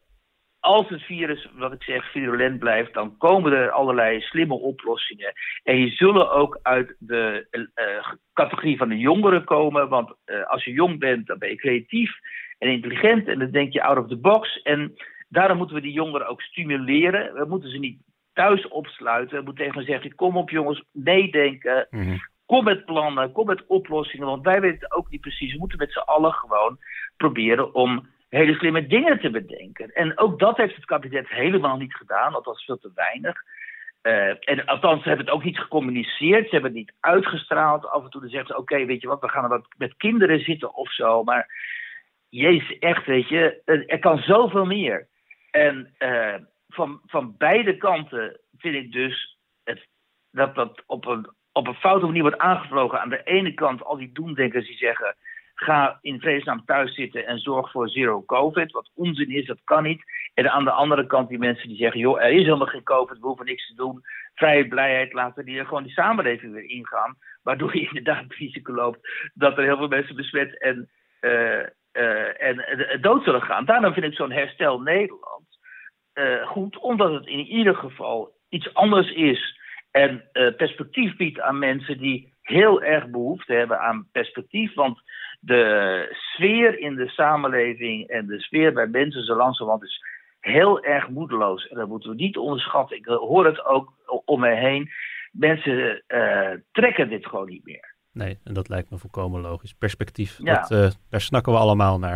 als het virus, wat ik zeg, virulent blijft, dan komen er allerlei slimme oplossingen. En je zullen ook uit de uh, categorie van de jongeren komen. Want uh, als je jong bent, dan ben je creatief en intelligent. En dan denk je out of the box. En daarom moeten we die jongeren ook stimuleren. We moeten ze niet thuis opsluiten. We moeten tegen hen zeggen, kom op jongens, meedenken. Mm-hmm. Kom met plannen, kom met oplossingen. Want wij weten het ook niet precies. We moeten met z'n allen gewoon proberen om hele slimme dingen te bedenken. En ook dat heeft het kabinet helemaal niet gedaan. Althans veel te weinig. Uh, en althans, ze hebben het ook niet gecommuniceerd. Ze hebben het niet uitgestraald. Af en toe dan zeggen ze, oké, okay, weet je wat, we gaan er wat met kinderen zitten of zo. Maar jezus, echt, weet je, er kan zoveel meer. En uh, van, van beide kanten vind ik dus het, dat dat op een, op een foute manier wordt aangevlogen. Aan de ene kant al die doemdenkers die zeggen, ga in vredesnaam thuis zitten en zorg voor zero covid. Wat onzin is, dat kan niet. En aan de andere kant die mensen die zeggen, joh, er is helemaal geen covid, we hoeven niks te doen. Vrijheid, blijheid, laten die gewoon die samenleving weer ingaan. Waardoor je inderdaad het risico loopt dat er heel veel mensen besmet en, uh, uh, en uh, dood zullen gaan. Daarom vind ik zo'n herstel Nederland uh, goed, omdat het in ieder geval iets anders is. En uh, perspectief biedt aan mensen die heel erg behoefte hebben aan perspectief. Want de sfeer in de samenleving en de sfeer bij mensen zo langzamerhand is heel erg moedeloos. En dat moeten we niet onderschatten. Ik hoor het ook om me heen. Mensen uh, trekken dit gewoon niet meer. Nee, en dat lijkt me volkomen logisch. Perspectief, ja. dat, uh, daar snakken we allemaal naar.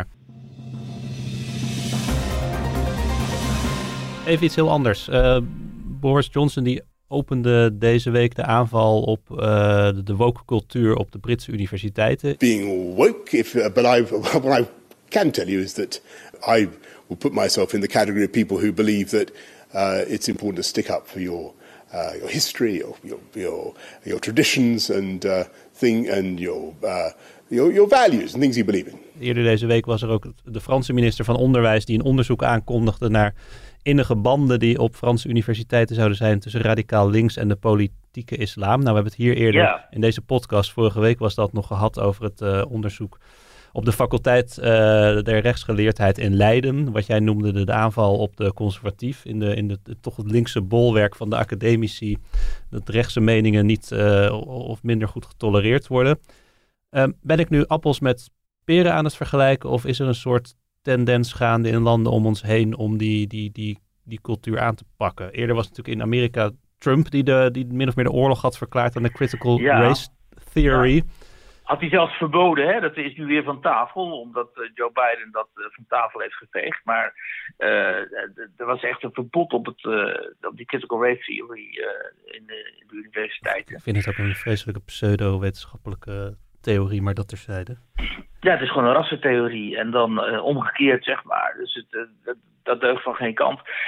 Even iets heel anders. Uh, Boris Johnson die opende deze week de aanval op uh, de woke cultuur op de Britse universiteiten. Being woke, if, uh, but I, what I can tell you is that I will put myself in the category of people who believe that uh, it's important to stick up for your uh, your history, your your your, your traditions and uh, thing and your, uh, your your values and things you believe in. Eerder deze week was er ook de Franse minister van Onderwijs die een onderzoek aankondigde naar innige banden die op Franse universiteiten zouden zijn tussen radicaal links en de politieke islam. Nou, we hebben het hier eerder yeah. in deze podcast, vorige week was dat nog gehad over het uh, onderzoek op de faculteit uh, der rechtsgeleerdheid in Leiden. Wat jij noemde de, de aanval op de conservatief in, de, in de, de, toch het linkse bolwerk van de academici. Dat rechtse meningen niet uh, of minder goed getolereerd worden. Uh, ben ik nu appels met peren aan het vergelijken of is er een soort tendens gaande in landen om ons heen om die, die, die, die cultuur aan te pakken? Eerder was het natuurlijk in Amerika Trump die, de, die min of meer de oorlog had verklaard aan de critical ja. race theory. Ja. Had hij zelfs verboden, hè? Dat is nu weer van tafel, omdat uh, Joe Biden dat uh, van tafel heeft geveegd. Maar uh, er was echt een verbod op, het, uh, op die critical race theory uh, in, de, in de universiteiten. Ik vind het ook een vreselijke pseudo-wetenschappelijke theorie, maar dat terzijde. Ja, het is gewoon een rassentheorie en dan uh, omgekeerd, zeg maar. Dus het, uh, dat, dat deugt van geen kant.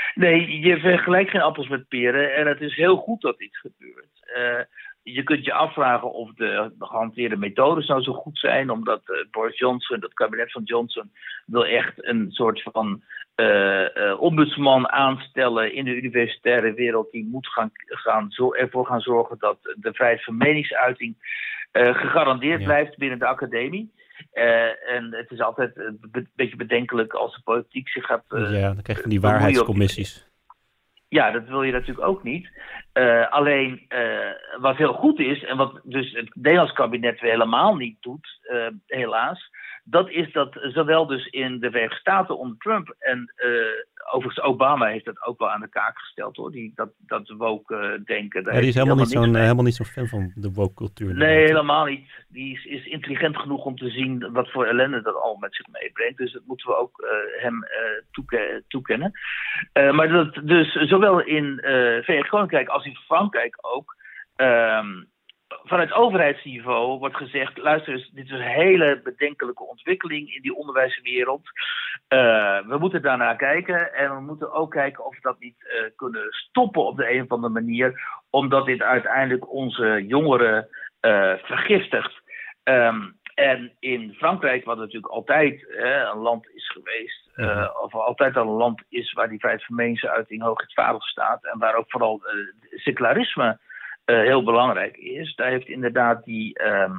Nee, je vergelijkt geen appels met peren en het is heel goed dat dit gebeurt. Uh, je kunt je afvragen of de, de gehanteerde methodes nou zo goed zijn, omdat uh, Boris Johnson, dat kabinet van Johnson, wil echt een soort van uh, uh, ombudsman aanstellen in de universitaire wereld die moet gaan, gaan zo, ervoor gaan zorgen dat de vrijheid van meningsuiting uh, gegarandeerd ja. blijft binnen de academie. Uh, en het is altijd een be- beetje bedenkelijk als de politiek zich gaat... Uh, ja, dan krijg je van die waarheidscommissies. Ja, dat wil je natuurlijk ook niet. Uh, alleen uh, wat heel goed is, en wat dus het Nederlands kabinet weer helemaal niet doet, uh, helaas, dat is dat zowel dus in de Verenigde Staten onder Trump en uh, overigens Obama heeft dat ook wel aan de kaak gesteld, hoor. Die, dat, dat woke uh, denken. Ja, die is helemaal, helemaal, niet zo'n, helemaal niet zo'n fan van de woke cultuur. Nee, helemaal niet. Die is, is intelligent genoeg om te zien wat voor ellende dat allemaal met zich meebrengt. Dus dat moeten we ook uh, hem uh, toeke- toekennen. Uh, maar dat dus zowel in uh, Verenigd Koninkrijk als in Frankrijk ook Um, vanuit overheidsniveau wordt gezegd, luister eens, dit is een hele bedenkelijke ontwikkeling in die onderwijswereld. Uh, we moeten daarnaar kijken en we moeten ook kijken of we dat niet uh, kunnen stoppen op de een of andere manier, omdat dit uiteindelijk onze jongeren uh, vergiftigt. Um, en in Frankrijk, wat natuurlijk altijd uh, een land is geweest, uh, of altijd al een land is waar die vrijheid van meningsuiting hoog in het vaandel staat en waar ook vooral uh, secularisme Uh, heel belangrijk is. Daar heeft inderdaad die uh,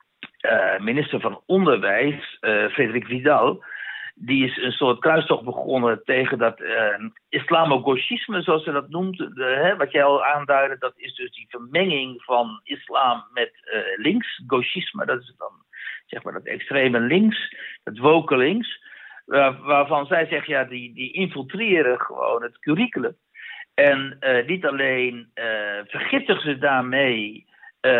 uh, minister van Onderwijs, uh, Frédéric Vidal, die is een soort kruistocht begonnen tegen dat uh, islamo-gauchisme, zoals ze dat noemt. De, hè, wat jij al aanduidde, dat is dus die vermenging van islam met uh, links, gauchisme. Dat is dan zeg maar dat extreme links, dat woke links. Uh, waarvan zij zeggen, ja, die, die infiltreren gewoon het curriculum. En uh, niet alleen uh, vergiftigen ze daarmee uh,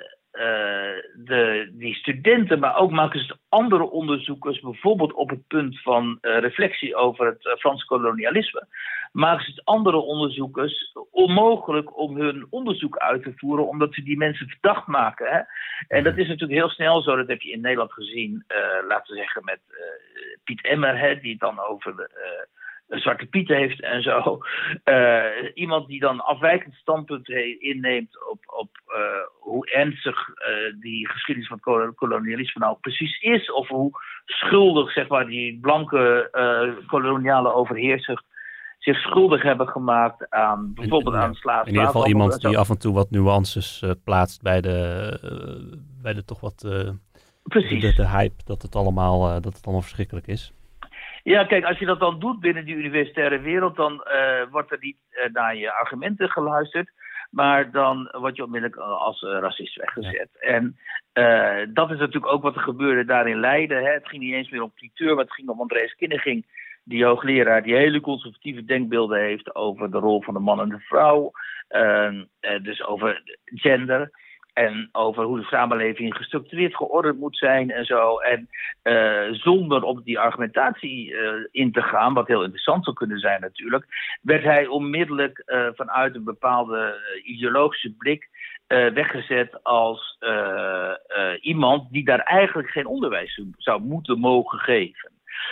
uh, de, die studenten, maar ook maken ze andere onderzoekers, bijvoorbeeld op het punt van uh, reflectie over het uh, Frans kolonialisme, maken ze het andere onderzoekers onmogelijk om hun onderzoek uit te voeren, omdat ze die mensen verdacht maken. Hè? En dat is natuurlijk heel snel zo, dat heb je in Nederland gezien, uh, laten we zeggen met uh, Piet Emmer, hè, die het dan over de... Uh, Zwarte Piet heeft en zo. Uh, iemand die dan afwijkend standpunt he- inneemt op, op uh, hoe ernstig uh, die geschiedenis van het kolonialisme nou precies is. Of hoe schuldig, zeg maar, die blanke uh, koloniale overheersers zich schuldig hebben gemaakt aan bijvoorbeeld in, in, aan slaaf. In ieder geval iemand die af en toe wat nuances uh, plaatst bij de, uh, bij de toch wat uh, Precies. De, de hype dat het allemaal, uh, dat het allemaal verschrikkelijk is. Ja, kijk, als je dat dan doet binnen die universitaire wereld, dan uh, wordt er niet uh, naar je argumenten geluisterd, maar dan word je onmiddellijk uh, als uh, racist weggezet. Ja. En uh, dat is natuurlijk ook wat er gebeurde daar in Leiden. Hè. Het ging niet eens meer om Cliteur, maar het ging om Andreas Kinneging, die hoogleraar die hele conservatieve denkbeelden heeft over de rol van de man en de vrouw, uh, uh, dus over gender. En over hoe de samenleving gestructureerd, geordend moet zijn en zo. En uh, zonder op die argumentatie uh, in te gaan, wat heel interessant zou kunnen zijn natuurlijk, werd hij onmiddellijk uh, vanuit een bepaalde uh, ideologische blik uh, weggezet als uh, uh, iemand die daar eigenlijk geen onderwijs zou moeten mogen geven.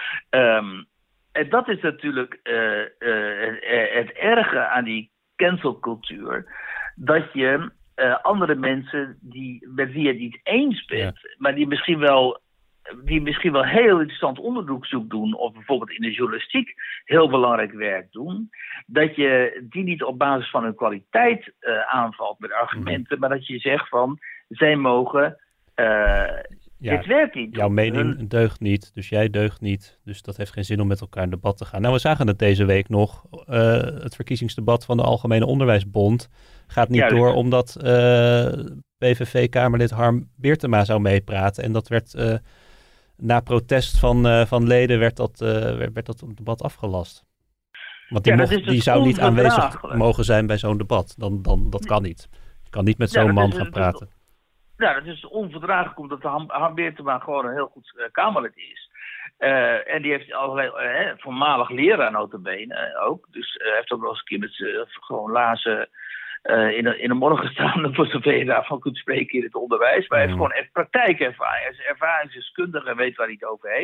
Um, en dat is natuurlijk uh, uh, het erge aan die cancelcultuur, dat je Uh, andere mensen die, met wie je het niet eens bent, ja. maar die misschien wel die misschien wel heel interessant onderzoek doen, of bijvoorbeeld in de journalistiek heel belangrijk werk doen, dat je die niet op basis van hun kwaliteit uh, aanvalt met argumenten, mm. maar dat je zegt van, zij mogen uh, ja, dit werkt niet. Jouw mening hun... deugt niet, dus jij deugt niet, dus dat heeft geen zin om met elkaar in debat te gaan. Nou, we zagen het deze week nog, uh, het verkiezingsdebat van de Algemene Onderwijsbond gaat niet ja, door dus... omdat uh, P V V-Kamerlid Harm Beertema zou meepraten. En dat werd uh, na protest van, uh, van leden werd dat, uh, werd, werd dat debat afgelast. Want die, ja, mocht, dus die zou niet aanwezig mogen zijn bij zo'n debat. Dan, dan, dat kan niet. Je kan niet met zo'n ja, man is, gaan praten. Ja, dat is onverdraaglijk omdat Harm, Harm Beertema gewoon een heel goed uh, Kamerlid is. Uh, en die heeft allerlei, uh, voormalig leraar nota bene uh, ook. Dus hij uh, heeft ook nog eens een keer met uh, gewoon lazen Uh, in, de, in de morgen staan, voor zover je daarvan kunt spreken in het onderwijs. Maar hij heeft gewoon echt praktijkervaring. Hij is ervaringsdeskundige en weet waar hij het over heeft.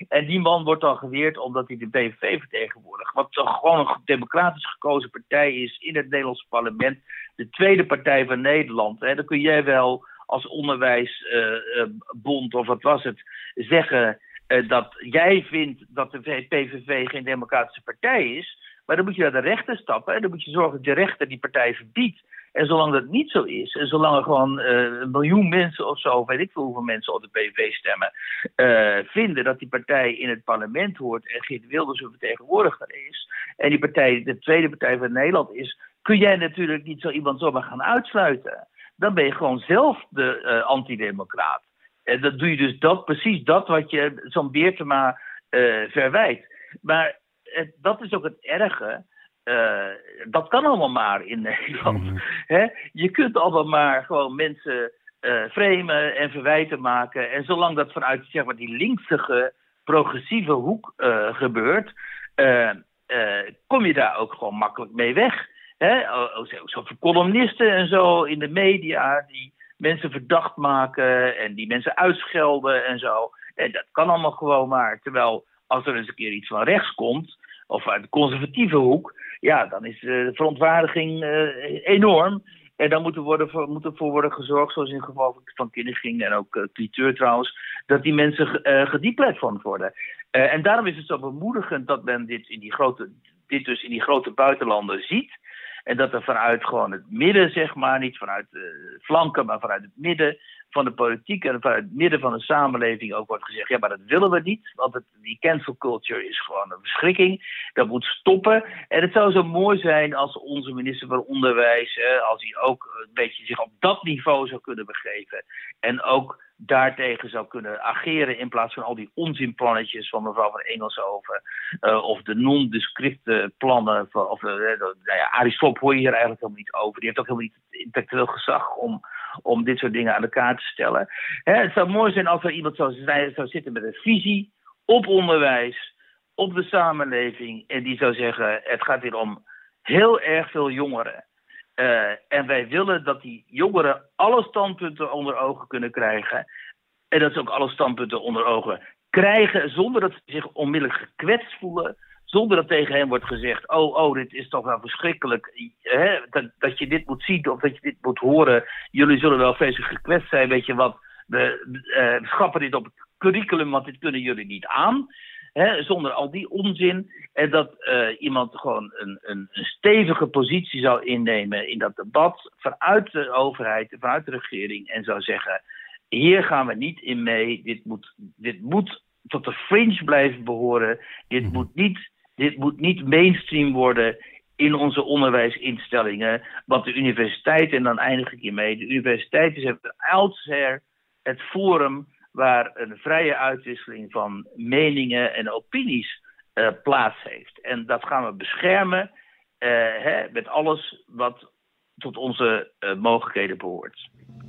En die man wordt dan geweerd omdat hij de P V V vertegenwoordigt. Wat toch gewoon een democratisch gekozen partij is in het Nederlandse parlement. De tweede partij van Nederland. Hè. Dan kun jij wel als onderwijsbond uh, uh, of wat was het zeggen uh, dat jij vindt dat de P V V geen democratische partij is. Maar dan moet je naar de rechter stappen. En dan moet je zorgen dat de rechter die partij verbiedt. En zolang dat niet zo is, en zolang er gewoon uh, een miljoen mensen of zo, weet ik veel hoeveel mensen op de P V V stemmen, uh, vinden dat die partij in het parlement hoort en Geert Wilders een vertegenwoordiger is, en die partij de tweede partij van Nederland is, kun jij natuurlijk niet zo iemand zomaar gaan uitsluiten. Dan ben je gewoon zelf de uh, antidemocraat. En dan doe je dus dat, precies dat wat je zo'n Beertema uh, verwijt. Maar het, dat is ook het erge. Uh, dat kan allemaal maar in Nederland. Mm. Hè? Je kunt allemaal maar gewoon mensen uh, framen en verwijten maken. En zolang dat vanuit zeg maar, die linksige, progressieve hoek uh, gebeurt, uh, uh, kom je daar ook gewoon makkelijk mee weg. Hè? Zoveel columnisten en zo in de media die mensen verdacht maken en die mensen uitschelden en zo. En dat kan allemaal gewoon maar. Terwijl als er eens een keer iets van rechts komt, of uit de conservatieve hoek, ja, dan is de verontwaardiging uh, enorm. En dan moet er, worden, moet er voor worden gezorgd, zoals in het geval van Kinniging en ook uh, Cliteur trouwens, dat die mensen uh, gedeplatformd worden. Uh, en daarom is het zo bemoedigend dat men dit, in die grote, dit dus in die grote buitenlanden ziet. En dat er vanuit gewoon het midden, zeg maar, niet vanuit de flanken, maar vanuit het midden van de politiek en vanuit het midden van de samenleving ook wordt gezegd, ja, maar dat willen we niet, want het, die cancel culture is gewoon een verschrikking. Dat moet stoppen. En het zou zo mooi zijn als onze minister van Onderwijs, eh, als hij ook een beetje zich op dat niveau zou kunnen begeven. En ook daartegen zou kunnen ageren in plaats van al die onzinplannetjes van mevrouw van Engelshoven. Uh, of de non-descripte plannen. Van, of, uh, nou ja, Arie Slob hoor je hier eigenlijk helemaal niet over. Die heeft ook helemaal niet het intellectueel gezag om, om dit soort dingen aan elkaar te stellen. Hè, het zou mooi zijn als er iemand zou, zou zitten met een visie op onderwijs, op de samenleving. En die zou zeggen, het gaat hier om heel erg veel jongeren. Uh, en wij willen dat die jongeren alle standpunten onder ogen kunnen krijgen. En dat ze ook alle standpunten onder ogen krijgen zonder dat ze zich onmiddellijk gekwetst voelen. Zonder dat tegen hen wordt gezegd, oh, oh, dit is toch wel verschrikkelijk. Hè? Dat, dat je dit moet zien of dat je dit moet horen. Jullie zullen wel vreselijk gekwetst zijn. Weet je wat, we uh, schappen dit op het curriculum, want dit kunnen jullie niet aan. He, zonder al die onzin. En dat uh, iemand gewoon een, een, een stevige positie zou innemen in dat debat vanuit de overheid, vanuit de regering en zou zeggen, hier gaan we niet in mee. Dit moet, dit moet tot de fringe blijven behoren. Dit, mm-hmm. moet niet, dit moet niet mainstream worden in onze onderwijsinstellingen. Want de universiteiten, en dan eindig ik hiermee, de universiteiten hebben oudsher het forum waar een vrije uitwisseling van meningen en opinies uh, plaats heeft. En dat gaan we beschermen uh, hè, met alles wat tot onze uh, mogelijkheden behoort.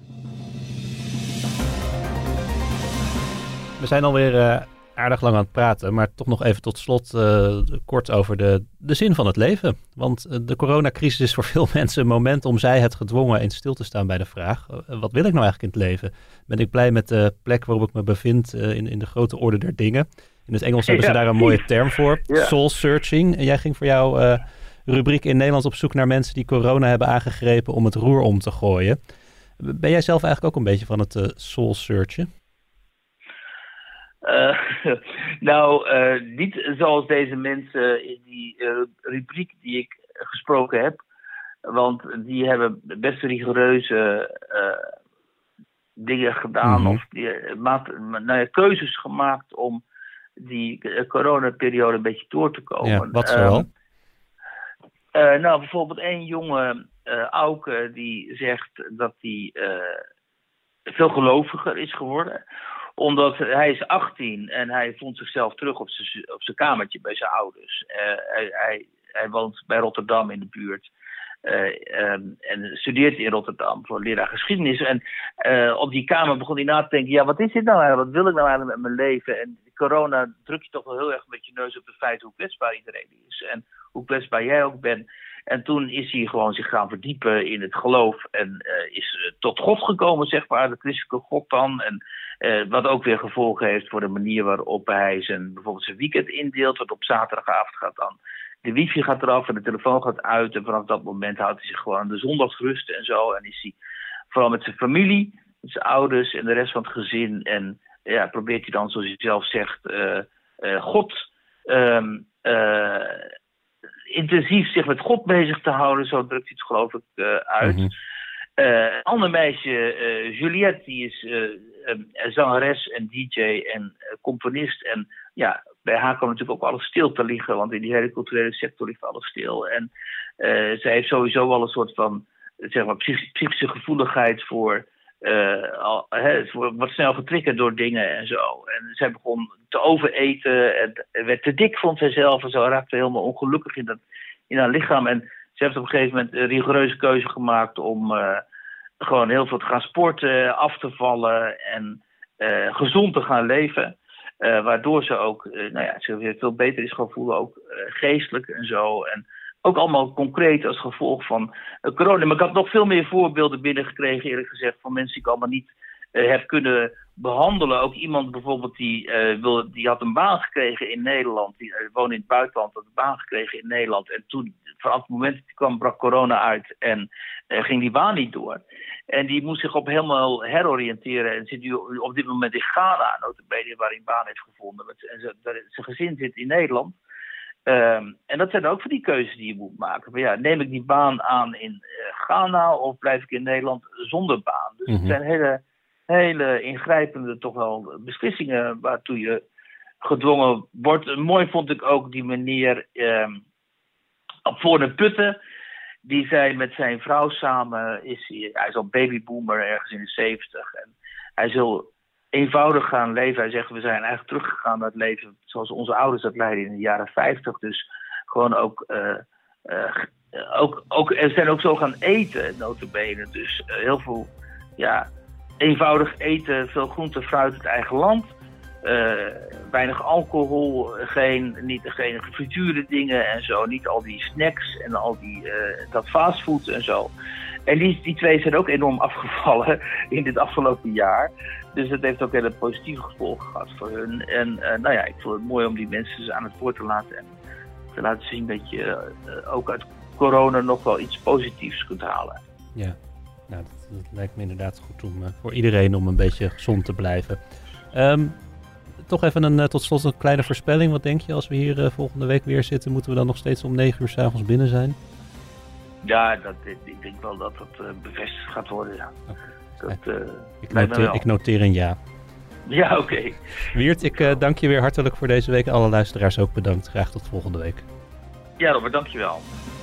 We zijn alweer uh, aardig lang aan het praten, maar toch nog even tot slot uh, kort over de, de zin van het leven. Want uh, de coronacrisis is voor veel mensen een moment om zij het gedwongen eens stil te staan bij de vraag, uh, wat wil ik nou eigenlijk in het leven? Ben ik blij met de plek waarop ik me bevind uh, in, in de grote orde der dingen? In het Engels hebben ze ja. daar een mooie term voor, ja. soul searching. En jij ging voor jouw uh, rubriek in Nederland op zoek naar mensen die corona hebben aangegrepen om het roer om te gooien. Ben jij zelf eigenlijk ook een beetje van het uh, soul searchen? Uh, nou, uh, niet zoals deze mensen in die uh, rubriek die ik gesproken heb. Want die hebben best rigoureuze uh, dingen gedaan. Mm-hmm. Of die, uh, maat, nou ja, keuzes gemaakt om die uh, coronaperiode een beetje door te komen. Ja, wat zoal? Uh, uh, nou, bijvoorbeeld één jonge uh, Auke die zegt dat hij uh, veel geloviger is geworden. Omdat hij is achttien en hij vond zichzelf terug op zijn, op zijn kamertje bij zijn ouders. Uh, hij, hij, hij woont bij Rotterdam in de buurt. Uh, um, en studeert in Rotterdam voor leraar geschiedenis. En uh, op die kamer begon hij na te denken, ja, wat is dit nou eigenlijk? Wat wil ik nou eigenlijk met mijn leven? En corona druk je toch wel heel erg met je neus op het feit hoe kwetsbaar iedereen is. En hoe kwetsbaar jij ook bent. En toen is hij gewoon zich gaan verdiepen in het geloof. En uh, is uh, tot God gekomen, zeg maar. De christelijke God dan. En Uh, wat ook weer gevolgen heeft voor de manier waarop hij zijn, bijvoorbeeld zijn weekend indeelt. Want op zaterdagavond gaat dan de wifi gaat eraf en de telefoon gaat uit. En vanaf dat moment houdt hij zich gewoon aan de zondagsrust en zo. En is hij vooral met zijn familie, met zijn ouders en de rest van het gezin. En ja, probeert hij dan, zoals hij zelf zegt, uh, uh, God um, uh, intensief zich met God bezig te houden. Zo drukt hij het geloof ik uh, uit. Mm-hmm. Uh, een ander meisje, uh, Juliette, die is uh, um, zangeres en D J en uh, componist. En ja, bij haar kwam natuurlijk ook alles stil te liggen, want in die hele culturele sector ligt alles stil. En uh, zij heeft sowieso wel een soort van, zeg maar, psych- psychische gevoeligheid voor, uh, al, hè, voor wat snel getriggerd door dingen en zo. En zij begon te overeten en werd te dik, vond zij zelf, en zo raakte helemaal ongelukkig in, dat, in haar lichaam. En ze heeft op een gegeven moment een rigoureuze keuze gemaakt om uh, gewoon heel veel te gaan sporten, af te vallen en uh, gezond te gaan leven. Uh, waardoor ze ook, uh, nou ja, ze weer veel beter is gaan voelen, ook uh, geestelijk en zo. En ook allemaal concreet als gevolg van uh, corona. Maar ik had nog veel meer voorbeelden binnengekregen, eerlijk gezegd, van mensen die ik allemaal niet uh, heb kunnen behandelen. Ook iemand bijvoorbeeld die, uh, wilde, die had een baan gekregen in Nederland. Die uh, woonde in het buitenland, had een baan gekregen in Nederland. En toen, vanaf het moment dat die kwam, brak corona uit en uh, ging die baan niet door. En die moest zich op helemaal heroriënteren en zit nu op dit moment in Ghana, nota bene, waar hij een baan heeft gevonden. En zijn gezin zit in Nederland. Um, en dat zijn ook van die keuzes die je moet maken. Maar ja, neem ik die baan aan in uh, Ghana of blijf ik in Nederland zonder baan? Dus mm-hmm. het zijn hele, hele ingrijpende toch wel beslissingen waartoe je gedwongen wordt. Mooi vond ik ook die meneer um, op Voor de Putten. Die zei met zijn vrouw samen, is hij, hij is al babyboomer ergens in de zeventig. En hij is heel eenvoudig gaan leven. Hij zegt, we zijn eigenlijk teruggegaan naar het leven zoals onze ouders dat leidden in de jaren vijftig. Dus gewoon ook, uh, uh, ook, ook er zijn ook zo gaan eten, nota bene. Dus uh, heel veel, ja, eenvoudig eten, veel groente, fruit uit het eigen land. Uh, weinig alcohol, geen, niet, geen gefrituurde dingen en zo. Niet al die snacks en al die, uh, dat fastfood en zo. En die, die twee zijn ook enorm afgevallen in dit afgelopen jaar. Dus dat heeft ook hele positieve gevolgen gehad voor hun. En uh, nou ja, ik vond het mooi om die mensen dus aan het woord te laten. En te laten zien dat je uh, ook uit corona nog wel iets positiefs kunt halen. Ja, nou, dat, dat lijkt me inderdaad goed om uh, voor iedereen om een beetje gezond te blijven. Um, Toch even een, uh, tot slot een kleine voorspelling. Wat denk je als we hier uh, volgende week weer zitten? Moeten we dan nog steeds om negen uur 's avonds binnen zijn? Ja, dat, ik denk wel dat dat uh, bevestigd gaat worden. Ja. Okay. Dat, uh, ik, noteer, ik noteer een ja. Ja, oké. Okay. Wiert, ik uh, dank je weer hartelijk voor deze week. Alle luisteraars ook bedankt. Graag tot volgende week. Ja, Robert, dank je wel.